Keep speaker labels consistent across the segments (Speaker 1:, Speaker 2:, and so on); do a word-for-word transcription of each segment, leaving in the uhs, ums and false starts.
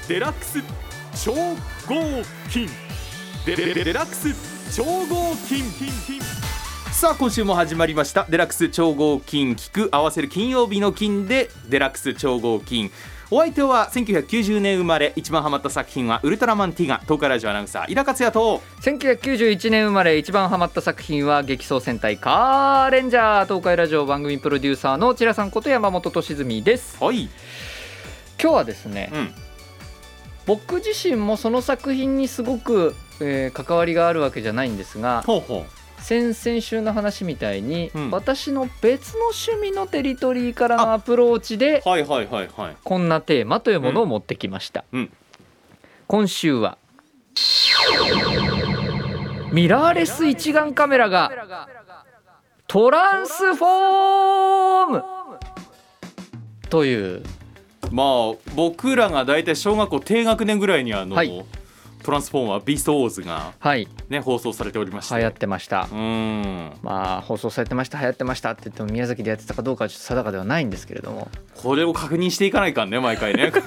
Speaker 1: デラックス超合金。デデデデラックス超合金。さあ今週も始まりましたデラックス超合金、聞く合わせる金曜日の金でデラックス超合金。お相手はせんきゅうひゃくきゅうじゅうねん生まれ、一番ハマった作品はウルトラマンティガ、東海ラジオアナウンサー井田克也と、
Speaker 2: せんきゅうひゃくきゅうじゅういちねん生まれ、一番ハマった作品は激走戦隊カーレンジャー、東海ラジオ番組プロデューサーのチラさんこと山本俊純です。
Speaker 1: はい、
Speaker 2: 今日はですね、
Speaker 1: うん、
Speaker 2: 僕自身もその作品にすごく、えー関わりがあるわけじゃないんですが、
Speaker 1: ほうほ
Speaker 2: 先々週の話みたいに、
Speaker 1: うん
Speaker 2: 私の別の趣味のテリトリーからのアプローチで
Speaker 1: う。はいはいはいはい。
Speaker 2: こんなテーマというものを持ってきました、
Speaker 1: うん、
Speaker 2: 今週はミラーレス一眼カメラがトランスフォームという、
Speaker 1: まあ僕らがだいたい小学校低学年ぐらいにあの、
Speaker 2: はい
Speaker 1: トランスフォーマービーストウォーズが、
Speaker 2: はい
Speaker 1: ね、放送されておりまして、
Speaker 2: 流行ってました。
Speaker 1: うーん、
Speaker 2: まあ放送されてました、流行ってましたって言っても宮崎でやってたかどうかはちょっと定かではないんですけれども、
Speaker 1: これを確認していかないかんね毎回ね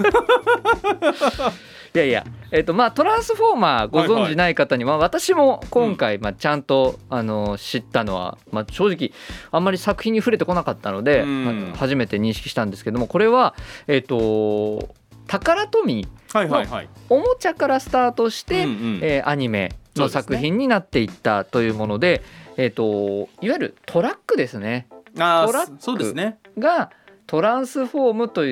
Speaker 2: いやいや、えっとまあトランスフォーマーご存知ない方には、まあ私も今回まあちゃんとあの知ったのは、まあ正直あんまり作品に触れてこなかったので、
Speaker 1: うん
Speaker 2: まあ初めて認識したんですけども、これはえっとタカラトミー
Speaker 1: はいはいはい、
Speaker 2: おもちゃからスタートして、
Speaker 1: うんうん
Speaker 2: えーアニメの作品になっていったというもので、えーといわゆるトラックですね
Speaker 1: あ
Speaker 2: トラック
Speaker 1: そうですね、
Speaker 2: がトランスフォームといって、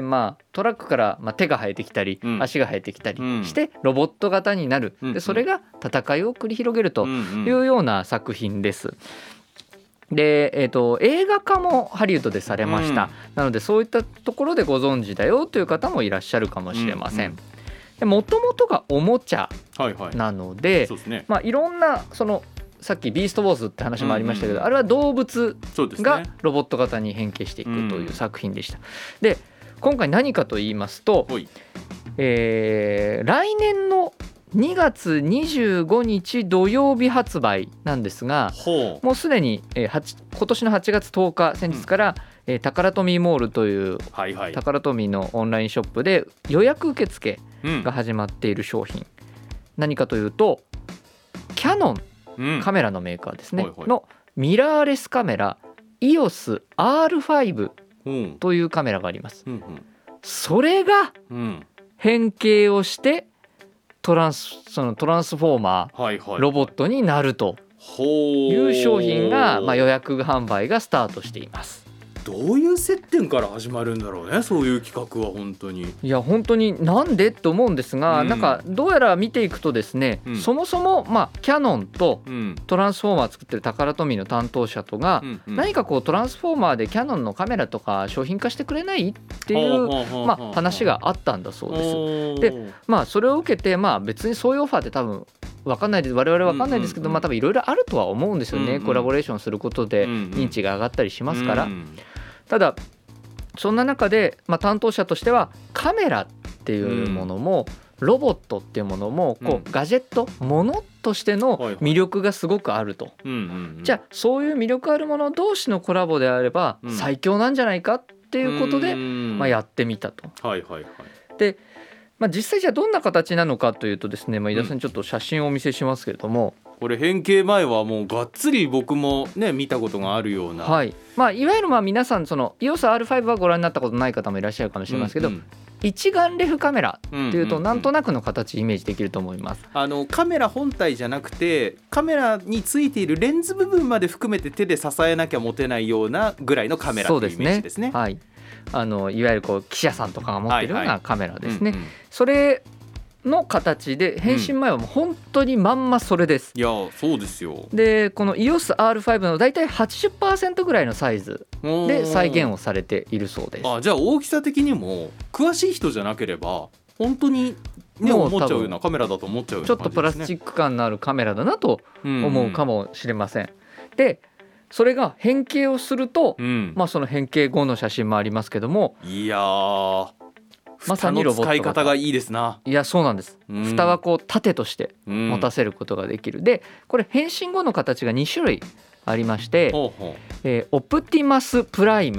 Speaker 2: まあ、トラックから、まあ、手が生えてきたり、
Speaker 1: うん
Speaker 2: 足が生えてきたり
Speaker 1: うん
Speaker 2: してロボット型になる、
Speaker 1: うんうん
Speaker 2: でそれが戦いを繰り広げると
Speaker 1: うんうん
Speaker 2: いうような作品です。で、えーと映画化もハリウッドでされました、
Speaker 1: うん
Speaker 2: なのでそういったところでご存知だよという方もいらっしゃるかもしれません。
Speaker 1: うんうん
Speaker 2: でもともとがおもちゃ
Speaker 1: はいはい、
Speaker 2: なので、
Speaker 1: そうですね、
Speaker 2: まあ、いろんなそのさっきビーストウォーズって話もありましたけど、
Speaker 1: うんうん
Speaker 2: あれは動物
Speaker 1: そうです
Speaker 2: が
Speaker 1: ね、
Speaker 2: ロボット型に変形していくという作品でした。で今回何かと言いますと、
Speaker 1: ほい、
Speaker 2: えー来年のにがつにじゅうごにち土曜日発売なんですが、
Speaker 1: ほう、
Speaker 2: もうすでに、えーはち今年のはちがつとおか、先日から、えータカラトミーモールという
Speaker 1: はいはい、
Speaker 2: タカラトミーのオンラインショップで予約受付
Speaker 1: うん
Speaker 2: が始まっている商品、何かというとキヤノン
Speaker 1: うん
Speaker 2: カメラのメーカーですね、
Speaker 1: はいはい
Speaker 2: のミラーレスカメラ イオスアールファイブ
Speaker 1: うん
Speaker 2: というカメラがあります。
Speaker 1: うん
Speaker 2: それが
Speaker 1: うんうん
Speaker 2: 変形をしてトランスそのトランスフォーマ
Speaker 1: はいはい、
Speaker 2: ーロボットになると
Speaker 1: ほう
Speaker 2: いう商品が、まあ、予約販売がスタートしています。
Speaker 1: どういう接点から始まるんだろうね、そういう企画は本当に。
Speaker 2: いや本当になんでと思うんですが、
Speaker 1: うん
Speaker 2: なんかどうやら見ていくとですね、
Speaker 1: うん
Speaker 2: そもそも、まあ、キヤノンと
Speaker 1: うん
Speaker 2: トランスフォーマー作ってるタカラトミーの担当者とが、
Speaker 1: うんうん、
Speaker 2: 何かこうトランスフォーマーでキヤノンのカメラとか商品化してくれないっていう、まあ、話があったんだそうです。でまあそれを受けて、まあ別にそういうオファーって多分分かんないです、我々分かんないですけど、
Speaker 1: うんうんうん
Speaker 2: まあ多分いろいろあるとは思うんですよね、
Speaker 1: うんうん
Speaker 2: コラボレーションすることで
Speaker 1: うんうん
Speaker 2: 認知が上がったりしますから、
Speaker 1: うん
Speaker 2: ただそんな中で、まあ、担当者としてはカメラっていうものも、ロボットっていうものもこ
Speaker 1: う
Speaker 2: うガジェットものとしての
Speaker 1: はいはい
Speaker 2: 魅力がすごくあると、
Speaker 1: うんうんうん、
Speaker 2: じゃあそういう魅力あるもの同士のコラボであれば
Speaker 1: うん
Speaker 2: 最強なんじゃないかっていうことで、
Speaker 1: うん
Speaker 2: まあ、やってみたと。
Speaker 1: はいはいはい、
Speaker 2: で、まあ、実際じゃあどんな形なのかというとですね、まあ、井田さんにちょっと写真をお見せしますけれども、
Speaker 1: これ変形前はもうがっつり僕もね見たことがあるような、
Speaker 2: はい、まあ、いわゆるまあ皆さんその イオスアールファイブ はご覧になったことない方もいらっしゃるかもしれませんけど、
Speaker 1: うんうん
Speaker 2: 一眼レフカメラっていうと
Speaker 1: うんうんうん
Speaker 2: なんとなくの形イメージできると思います。
Speaker 1: あのカメラ本体じゃなくてカメラについているレンズ部分まで含めて手で支えなきゃ持てないようなぐらいのカメラというイメージですね。
Speaker 2: はい、あのいわゆるこう記者さんとかが持ってるよう
Speaker 1: はいは
Speaker 2: ないカメラですね、
Speaker 1: うんうん
Speaker 2: それの形で変身前はもう本当にまんまそれです。
Speaker 1: いやそうですよ。
Speaker 2: でこの イオスアールファイブ のだいたい はちじゅっパーセント ぐらいのサイズで再現をされているそうです。
Speaker 1: あじゃあ大きさ的にも詳しい人じゃなければ本当に、ね、
Speaker 2: もう
Speaker 1: 思っちゃうようなカメラだと思っちゃうような
Speaker 2: ちょっとプラスチ
Speaker 1: ッ
Speaker 2: ック感のあるカメラだなと
Speaker 1: ク
Speaker 2: 思うかもしれません。でそれが変形をすると、
Speaker 1: うん
Speaker 2: まあ、その変形後の写真もありますけども、
Speaker 1: いやー
Speaker 2: まさにロボット型
Speaker 1: 蓋の使い方がいいですな。
Speaker 2: いやそうなんです、
Speaker 1: うん
Speaker 2: 蓋はこう縦として
Speaker 1: うん
Speaker 2: 持たせることができる。でこれ変身後の形がに種類ありまして、
Speaker 1: ほうほ
Speaker 2: えーオプティマスプライムっ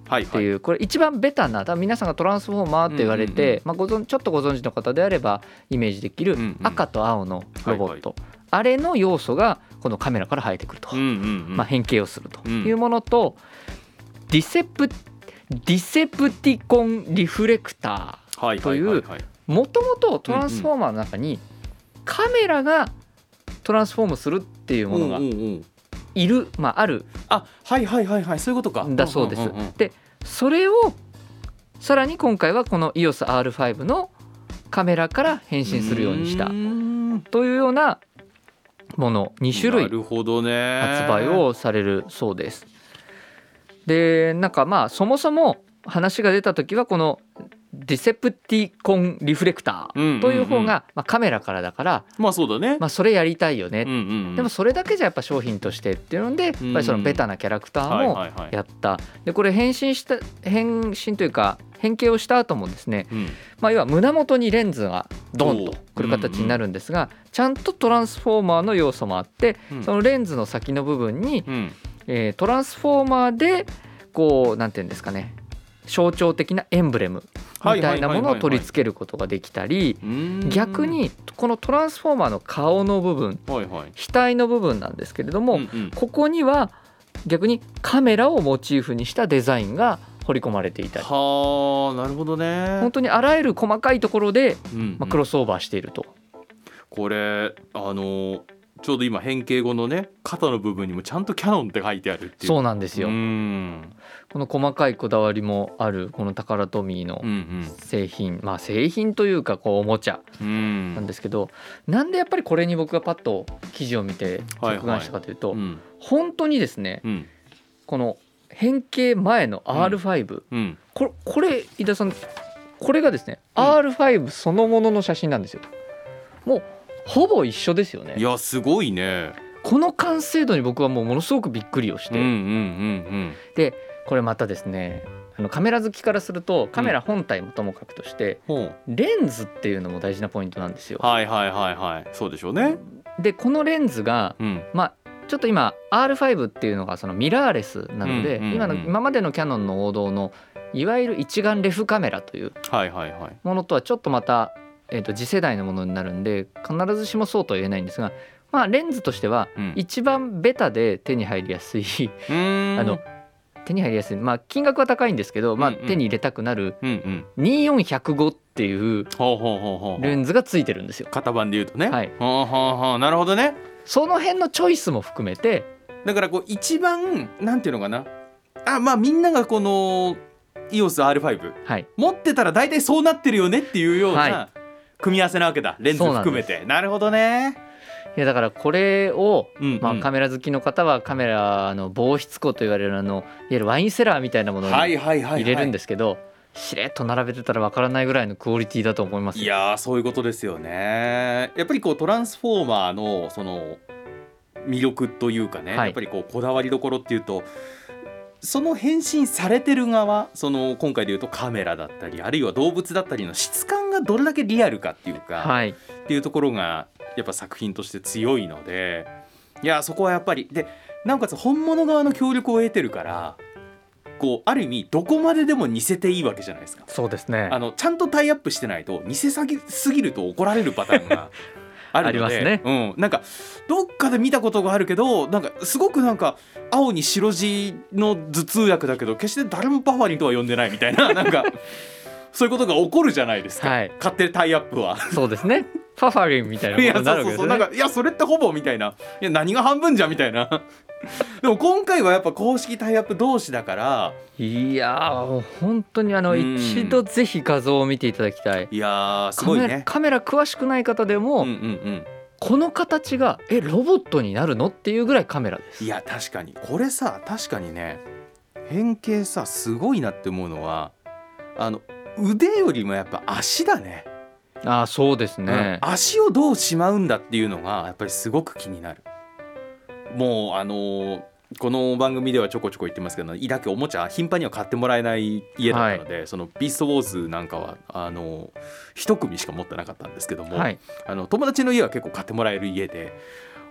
Speaker 2: っていう、はいはい、これ一番ベタな、多分皆さんがトランスフォーマーって言われて、うんうんうん、まあ、ご存ちょっとご存知の方であればイメージできる赤と青のロボット、うんうん、はいはい、あれの要素がこのカメラから生えてくると、うんうんうん、まあ、変形をするというものと、うん、ディセプディセプティコンリフレクターというもともとトランスフォーマーの中にカメラがトランスフォームするっていうものがいる、まあ、ある、
Speaker 1: あ、はいはいはいはい、そういうことか
Speaker 2: だそうです、うんうんうん、でそれをさらに今回はこの イーオーエスアールファイブ のカメラから変身するようにしたというようなものに種類発売をされるそうです。でなんかまあそもそも話が出た時はこのディセプティコンリフレクターという方がまあカメラからだから、
Speaker 1: まあそうだね、
Speaker 2: まあそれやりたいよね、うんうんうん、でもそれだけじゃやっぱ商品としてっていうのでやっぱりそのベタなキャラクターもやった。でこれ変身した変身というか変形をした後もですね、うん、まあ要は胸元にレンズがドンとくる形になるんですが、うんうん、ちゃんとトランスフォーマーの要素もあって、うん、そのレンズの先の部分に、うん、えー、トランスフォーマーでこうなんていうんですかね、象徴的なエンブレムみたいなものを取り付けることができたり、逆にこのトランスフォーマーの顔の部分、はいはい、額の部分なんですけれども、うんうん、ここには逆にカメラをモチーフにしたデザインが彫り込まれていたり、
Speaker 1: はあ、なるほどね、
Speaker 2: 本当にあらゆる細かいところで、うんうん、まあ、クロスオーバーしていると。
Speaker 1: これあのちょうど今変形後のね肩の部分にもちゃんとキヤノンって書いてあるっていう。
Speaker 2: そうなんですよ。うん、この細かいこだわりもあるこのタカラトミーの製品、うんうん、まあ製品というかこうおもちゃなんですけど、うん、なんでやっぱりこれに僕がパッと記事を見て着眼したかというと、はいはい、うん、本当にですね、うん、この変形前の アールファイブ、うんうん、これ、これ井田さんこれがですね、うん、アールファイブ そのものの写真なんですよ。もうほぼ一緒ですよね。
Speaker 1: いやすごいね。
Speaker 2: この完成度に僕はもうものすごくびっくりをして、うんうんうんうん、でこれまたですね、あのカメラ好きからするとカメラ本体もともかくとして、うん、レンズっていうのも大事なポイントなんですよ。
Speaker 1: はいはいはいはい、そうでしょうね。
Speaker 2: でこのレンズが、うん、まあちょっと今 アールファイブ っていうのがそのミラーレスなので、うんうんうん、今の今までのキヤノンの王道のいわゆる一眼レフカメラというものとはちょっとまた、えーと次世代のものになるんで必ずしもそうとは言えないんですが、まあレンズとしては一番ベタで手に入りやすい、うん、あの手に入りやすい、まあ金額は高いんですけど、まあ、手に入れたくなるにじゅうよんひゃくごっていうレンズがついてるんですよ。
Speaker 1: 型番で言うとね。はい。はあはあはあ、なるほどね。
Speaker 2: その辺のチョイスも含めて、
Speaker 1: だからこう一番なんていうのかな、あ、まあみんながこの イーオーエスアールファイブ、はい、持ってたら大体そうなってるよねっていうような組み合わせなわけだ、レンズ含めて。なるほどね。
Speaker 2: いやだからこれを、うんうん、まあ、カメラ好きの方はカメラの防湿庫と言われるあのいわゆるワインセラーみたいなものに入れるんですけど、しれっと並べてたらわからないぐらいのクオリティだと思います。
Speaker 1: いやーそういうことですよね。やっぱりこうトランスフォーマーのその魅力というかね、はい、やっぱりこうこだわりどころっていうと、その変身されてる側、その今回でいうとカメラだったりあるいは動物だったりの質感がどれだけリアルかっていうか、はい、っていうところがやっぱ作品として強いので、いやそこはやっぱりで、なおかつ本物側の協力を得てるから、こうある意味どこまででも似せていいわけじゃないですか。
Speaker 2: そうですね。あ
Speaker 1: のちゃんとタイアップしてないと似せすぎすぎると怒られるパターンがあるので
Speaker 2: ありますね。
Speaker 1: うん、なんかどっかで見たことがあるけど、なんかすごくなんか青に白地の頭痛薬だけど決して誰もパファリンとは呼んでないみたいななんかそういうことが起こるじゃないですか、はい、勝手にタイアップは。そうですね。パファリンみたいなことになるわけですね。いや、そうそうそう、なんかいやそれってほぼみたいな、いや何が半分じゃみたいなでも今回はやっぱ公式タイアップ同士だから、い
Speaker 2: やー本当にあの一度ぜひ画像を見ていただきたい。
Speaker 1: いやすごいね。
Speaker 2: カメラ、カメラ詳しくない方でも、うんうんうん、この形がえロボットになるのっていうぐらいカメラです。
Speaker 1: いや確かにこれさ、確かにね変形さすごいなって思うのは、あの腕よりもやっぱ足だね。
Speaker 2: ああそうですね、
Speaker 1: うん、足をどうしまうんだっていうのがやっぱりすごく気になる。もうあのー、この番組ではちょこちょこ言ってますけど、井田家おもちゃ頻繁には買ってもらえない家だったので、はい、そのビーストウォーズなんかはあのー、一組しか持ってなかったんですけども、はい、あの友達の家は結構買ってもらえる家で、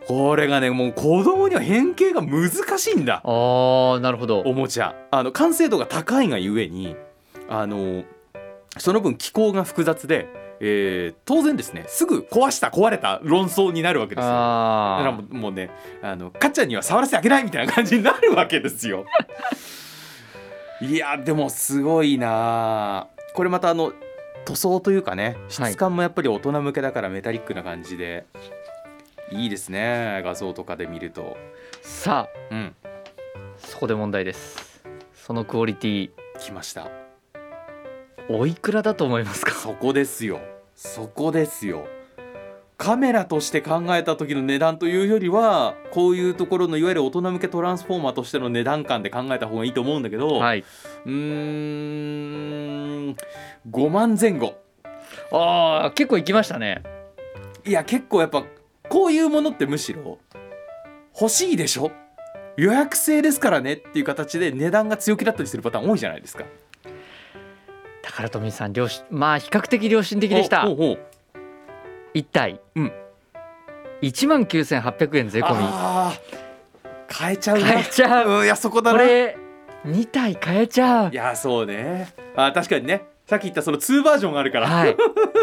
Speaker 1: これがねもう子供には変形が難しいんだ。
Speaker 2: あーなるほど。
Speaker 1: おもちゃあの完成度が高いがゆえにあのその分機構が複雑で、えー、当然ですねすぐ壊した壊れた論争になるわけですよ。
Speaker 2: あ
Speaker 1: だからもう、もうねあのかっちゃんには触らせてあげないみたいな感じになるわけですよいやでもすごいなこれまたあの塗装というかね質感もやっぱり大人向けだからメタリックな感じで、はい、いいですね画像とかで見ると。
Speaker 2: さあ、
Speaker 1: うん、
Speaker 2: そこで問題です。そのクオリティ
Speaker 1: 来ました。
Speaker 2: おいくらだと思いますか？
Speaker 1: そこですよそこですよ。カメラとして考えた時の値段というよりはこういうところのいわゆる大人向けトランスフォーマーとしての値段感で考えた方がいいと思うんだけど、
Speaker 2: はい、
Speaker 1: うーんごまんぜん後。
Speaker 2: あー結構いきましたね。
Speaker 1: いや結構やっぱこういうものってむしろ欲しいでしょ予約制ですからねっていう形で値段が強気だったりするパターン多いじゃないですか。
Speaker 2: 宝富さん良心まあ比較的良心的でした。
Speaker 1: おうおう
Speaker 2: いち体、
Speaker 1: うん、
Speaker 2: いちまんきゅうせんはっぴゃくえん税込み。
Speaker 1: あ買えちゃうね。
Speaker 2: 買えちゃう、
Speaker 1: うん、いやそこだな。
Speaker 2: これに体買えちゃう。
Speaker 1: いやそうねあ確かにねさっき言ったそのにバージョンがあるから、
Speaker 2: はい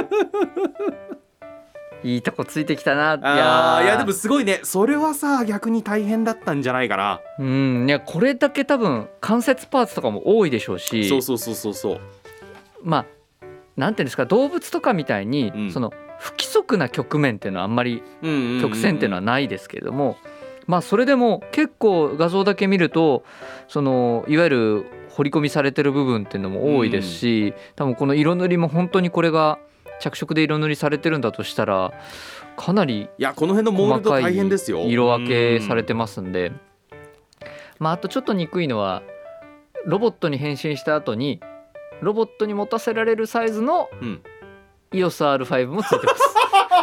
Speaker 2: いいとこついてきたな。い
Speaker 1: や
Speaker 2: や
Speaker 1: いやでもすごいねそれはさ逆に大変だったんじゃないかな。
Speaker 2: うんいやこれだけ多分関節パーツとかも多いでしょうし、
Speaker 1: そうそうそうそうそう
Speaker 2: まあなんていうんですか動物とかみたいに、うん、その不規則な曲面っていうのはあんまり曲線っていうのはないですけれども、まあそれでも結構画像だけ見るとそのいわゆる彫り込みされてる部分っていうのも多いですし、多分この色塗りも本当にこれが着色で色塗りされてるんだとしたらかなり
Speaker 1: いやこの辺のモールド大変ですよ。
Speaker 2: 色分けされてますんで、まああとちょっと憎いのはロボットに変身した後にロボットに持たせられるサイズの、うん、イーオーエスアールファイブ もついてます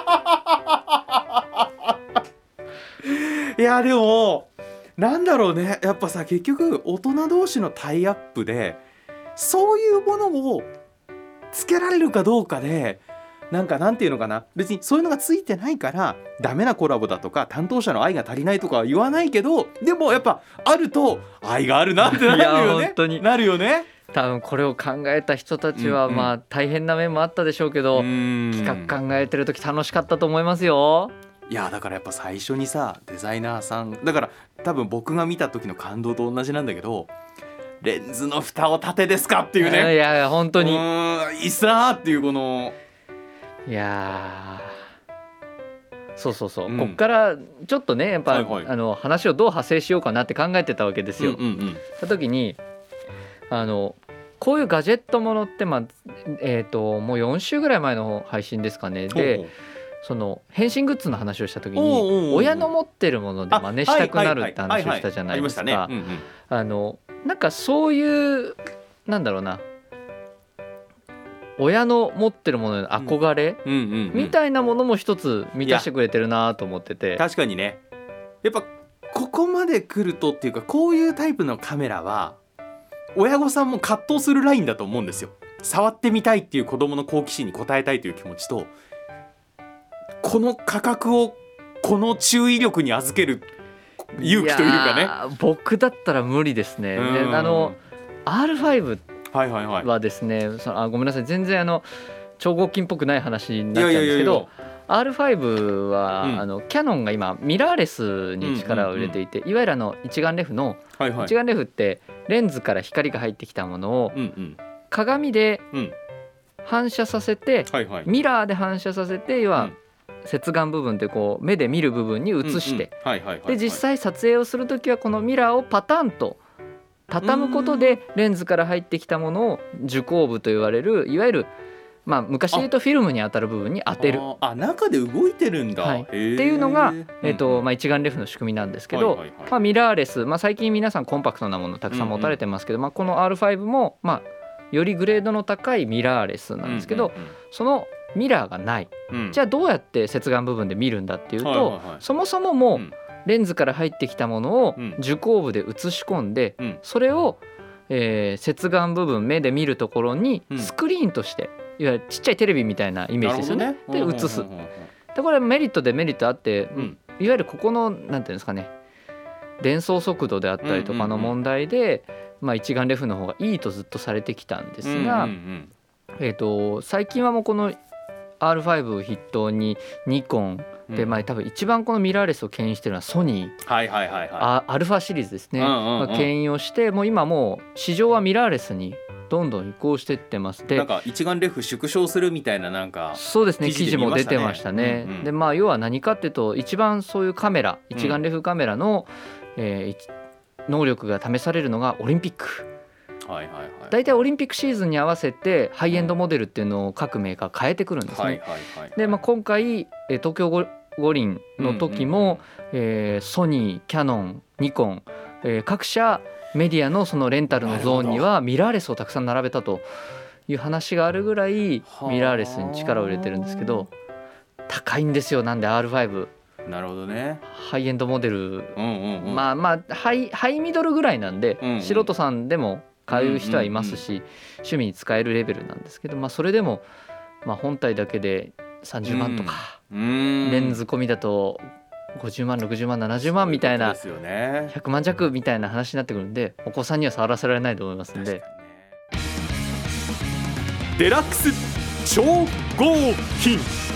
Speaker 1: いやでもなんだろうねやっぱさ結局大人同士のタイアップでそういうものをつけられるかどうかでなんかなんていうのかな別にそういうのがついてないからダメなコラボだとか担当者の愛が足りないとかは言わないけどでもやっぱあると愛があるなってなるよね。本当になるよね。
Speaker 2: 多分これを考えた人たちはまあ大変な面もあったでしょうけど、うん、企画考えてる時楽しかったと思いますよ。
Speaker 1: いやだからやっぱ最初にさデザイナーさんだから多分僕が見た時の感動と同じなんだけどレンズの蓋を縦ですかっていうね。
Speaker 2: いやいや本当に
Speaker 1: うんいいっすなっていうこの
Speaker 2: いやそうそうそう、うん、こっからちょっとねやっぱ、はいはい、あの話をどう派生しようかなって考えてたわけですよ。うんうんうん、た時にあのこういうガジェットものって、まあえー、ともうよん週ぐらい前の配信ですかねでその変身グッズの話をした時に親の持ってるもので真似したくなるって話をしたじゃないですか。あのなんかそういうなんだろうな親の持ってるものへの憧れ、うんうんうんうん、みたいなものも一つ満たしてくれてるなと思ってて。
Speaker 1: 確かにねやっぱここまで来るとっていうかこういうタイプのカメラは親御さんも葛藤するラインだと思うんですよ。触ってみたいっていう子供の好奇心に応えたいという気持ちとこの価格をこの注意力に預ける勇気というかね。いや
Speaker 2: 僕だったら無理ですね。であの アールファイブ
Speaker 1: はいはいはい、
Speaker 2: はですねそのあごめんなさい全然あの超合金っぽくない話になっちゃうんですけど アールファイブ は、うん、あのキヤノンが今ミラーレスに力を入れていて、うんうんうん、いわゆるあの一眼レフの、はいはい、一眼レフってレンズから光が入ってきたものを、うんうん、鏡で反射させて、うんはいはい、ミラーで反射させて要は、うん接眼部分ってこう目で見る部分に映してで実際撮影をするときはこのミラーをパタンと畳むことでレンズから入ってきたものを受光部と言われるいわゆるまあ昔で言うとフィルムに当たる部分に当てる
Speaker 1: あ, あ中で動いてるんだ、はい、って
Speaker 2: いうのが、えーとまあ、一眼レフの仕組みなんですけど、はいはいはいまあ、ミラーレス、まあ、最近皆さんコンパクトなものたくさん持たれてますけど、うんうんまあ、この アールファイブ も、まあ、よりグレードの高いミラーレスなんですけど、うんうんうん、そのミラーがない、うん、じゃあどうやって接眼部分で見るんだっていうと、はいはいはい、そもそももうレンズから入ってきたものを受光部で映し込んで、うん、それを、えー、接眼部分目で見るところにスクリーンとして、うん、いわゆるちっちゃいテレビみたいなイメージですよね。で映す。でこれメリットデメリットあって、うん、 いわゆるここのなんていうんですかね、伝送速度であったりとかの問題で、うんうんうん、まあ、一眼レフの方がいいとずっとされてきたんですが、うんうんうん、えーと、最近はもうこの アールファイブ を筆頭にニコンで、まあ、多分一番このミラーレスを牽引しているのはソニー、
Speaker 1: はいはいはいはい、
Speaker 2: あアルファシリーズですね、
Speaker 1: うんうんうん、
Speaker 2: まあ、牽引をして、もう今もう市場はミラーレスにどんどん移行していってます。で、
Speaker 1: なんか一眼レフ縮小するみたいな、なんか
Speaker 2: そうですね、記事も出てましたね、うんうん、でまあ要は何かっていうと、一番そういうカメラ、一眼レフカメラの、うん、えー、能力が試されるのがオリンピック、はいはいはい、だいたいオリンピックシーズンに合わせてハイエンドモデルっていうのを各メーカー変えてくるんですね、はいはいはい、で、まあ、今回東京五輪の時も、うんうんうん、えー、ソニー、キヤノン、ニコン、えー、各社メディアのそのレンタルのゾーンにはミラーレスをたくさん並べたという話があるぐらいミラーレスに力を入れてるんですけど、高いんですよ。なんで アールファイブ、
Speaker 1: なるほどね、
Speaker 2: ハイエンドモデル、うんうんうん、まあまあハイ、ハイミドルぐらいなんで、うんうん、素人さんでも買う人はいますし、うんうんうん、趣味に使えるレベルなんですけど、まあ、それでも、まあ、本体だけでさんじゅうまんとか、うん、レンズ込みだとごじゅうまん、ろくじゅうまん、ななじゅうまんみたいな、そういうことですよね、ひゃくまん弱みたいな話になってくるんで、お子さんには触らせられないと思いますんで、ね、
Speaker 1: デラックス超合金、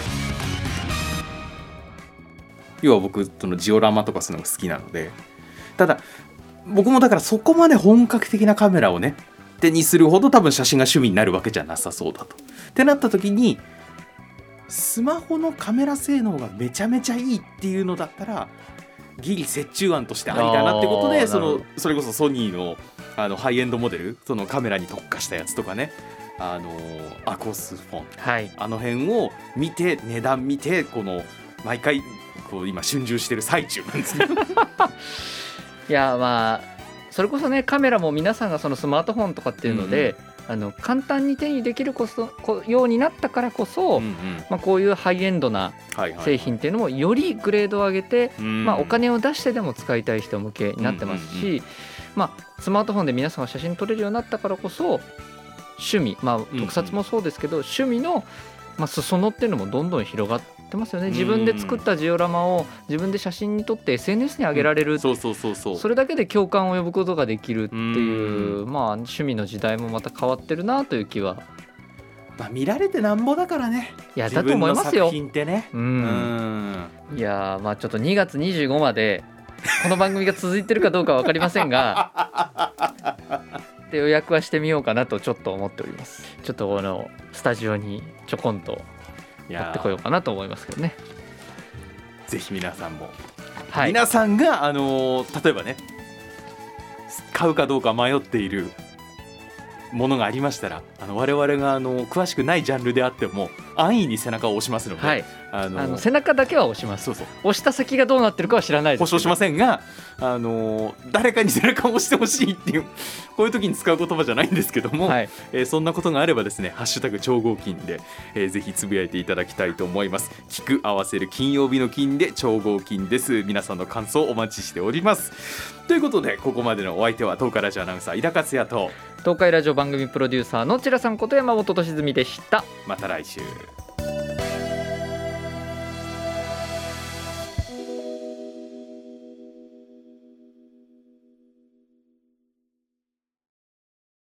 Speaker 1: 要は僕そのジオラマとかするのが好きなので、ただ僕もだからそこまで本格的なカメラをね手にするほど多分写真が趣味になるわけじゃなさそうだとってなった時に、スマホのカメラ性能がめちゃめちゃいいっていうのだったらギリ折衷案としてありだなってことで、そのそれこそソニーのあのハイエンドモデル、そのカメラに特化したやつとかね、あのアコースフォン、はい、あの辺を見て値段見て、この毎回こう今春秋してる最中なんですね
Speaker 2: いや、まあそれこそね、カメラも皆さんがそのスマートフォンとかっていうので、うん、あの簡単に手にできるこそこようになったからこそ、うんうん、まあ、こういうハイエンドな製品っていうのもよりグレードを上げて、はいはい、まあ、お金を出してでも使いたい人向けになってますし、うんうんうん、まあ、スマートフォンで皆さんが写真撮れるようになったからこそ趣味、まあ、特撮もそうですけど、うんうん、趣味の、まあ、裾野っていうのもどんどん広がってますよね。自分で作ったジオラマを自分で写真に撮って エスエヌエス に上げられる、うん、そうそうそうそう、それだけで共感を呼ぶことができるっていう、まあ、趣味の時代もまた変わってるなという気は、
Speaker 1: まあ、見られてなんぼだからね。
Speaker 2: いや、だと思いますよ。
Speaker 1: 自分の作品ってね、うん
Speaker 2: うん、いや、まあちょっとにがつにじゅうごまでこの番組が続いてるかどうかは分かりませんがで予約はしてみようかなとちょっと思っております。ちょっとこのスタジオにちょこんとやってこようかなと思いますけどね。
Speaker 1: ぜひ皆さんも、はい、皆さんが、あのー、例えばね買うかどうか迷っているものがありましたら、あの我々があの詳しくないジャンルであっても安易に背中を押しますので、はい、あのー、
Speaker 2: あの背中だけは押します。そうそう、押した先がどうなってるかは知らないです。
Speaker 1: 保証しませんが、あのー、誰かに背中を押してほしいっていうこういう時に使う言葉じゃないんですけども、はい、えー、そんなことがあればですね、ハッシュタグ超合金で、えー、ぜひつぶやいていただきたいと思います。聞く合わせる金曜日の金で超合金です。皆さんの感想をお待ちしております。ということで、ここまでのお相手は東海ラジオアナウンサー井田克也と
Speaker 2: 東海ラジオ番組プロデューサーのちらさんこと山本俊純でした。
Speaker 1: また来週。